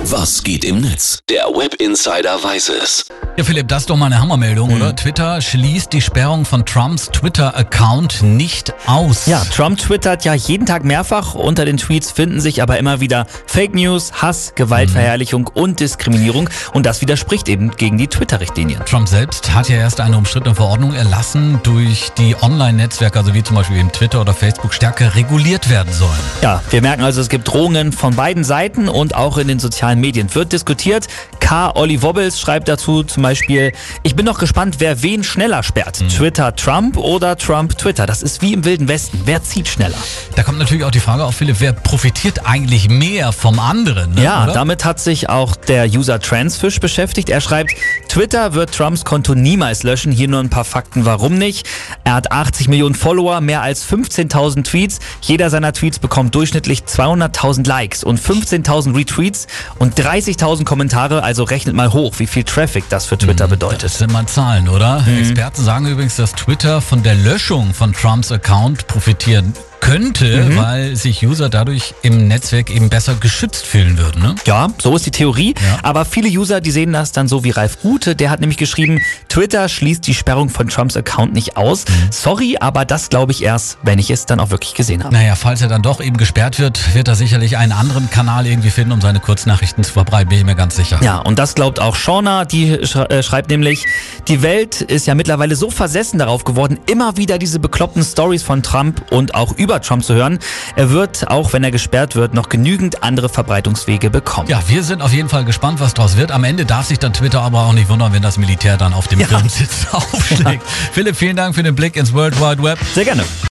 Was geht im Netz? Der Web Insider weiß es. Ja, Philipp, das ist doch mal eine Hammermeldung, oder? Twitter schließt die Sperrung von Trumps Twitter-Account nicht aus. Ja, Trump twittert ja jeden Tag mehrfach. Unter den Tweets finden sich aber immer wieder Fake News, Hass, Gewaltverherrlichung und Diskriminierung. Und das widerspricht eben gegen die Twitter-Richtlinien. Trump selbst hat ja erst eine umstrittene Verordnung erlassen, durch die Online-Netzwerke, also wie zum Beispiel eben Twitter oder Facebook, stärker reguliert werden sollen. Ja, wir merken also, es gibt Drohungen von beiden Seiten und auch in den sozialen Medien wird diskutiert. Olli Wobbles schreibt dazu zum Beispiel: Ich bin noch gespannt, wer wen schneller sperrt. Twitter Trump oder Trump Twitter. Das ist wie im Wilden Westen. Wer zieht schneller? Da kommt natürlich auch die Frage auf, Philipp, wer profitiert eigentlich mehr vom anderen? Ne, ja, oder? Damit hat sich auch der User Transfish beschäftigt. Er schreibt: Twitter wird Trumps Konto niemals löschen. Hier nur ein paar Fakten, warum nicht. Er hat 80 Millionen Follower, mehr als 15.000 Tweets. Jeder seiner Tweets bekommt durchschnittlich 200.000 Likes und 15.000 Retweets und 30.000 Kommentare. Also rechnet mal hoch, wie viel Traffic das für Twitter bedeutet. Das sind mal Zahlen, oder? Experten sagen übrigens, dass Twitter von der Löschung von Trumps Account profitieren könnte, weil sich User dadurch im Netzwerk eben besser geschützt fühlen würden. Ne? Ja, so ist die Theorie. Ja. Aber viele User, die sehen das dann so wie Ralf Rute. Der hat nämlich geschrieben, Twitter schließt die Sperrung von Trumps Account nicht aus. Sorry, aber das glaube ich erst, wenn ich es dann auch wirklich gesehen habe. Naja, falls er dann doch eben gesperrt wird er sicherlich einen anderen Kanal irgendwie finden, um seine Kurznachrichten zu verbreiten, bin ich mir ganz sicher. Ja, und das glaubt auch Shauna, die schreibt nämlich, die Welt ist ja mittlerweile so versessen darauf geworden, immer wieder diese bekloppten Stories von Trump und auch über Trump zu hören. Er wird, auch wenn er gesperrt wird, noch genügend andere Verbreitungswege bekommen. Ja, wir sind auf jeden Fall gespannt, was draus wird. Am Ende darf sich dann Twitter aber auch nicht wundern, wenn das Militär dann auf dem Firmensitz aufschlägt. Philipp, vielen Dank für den Blick ins World Wide Web. Sehr gerne.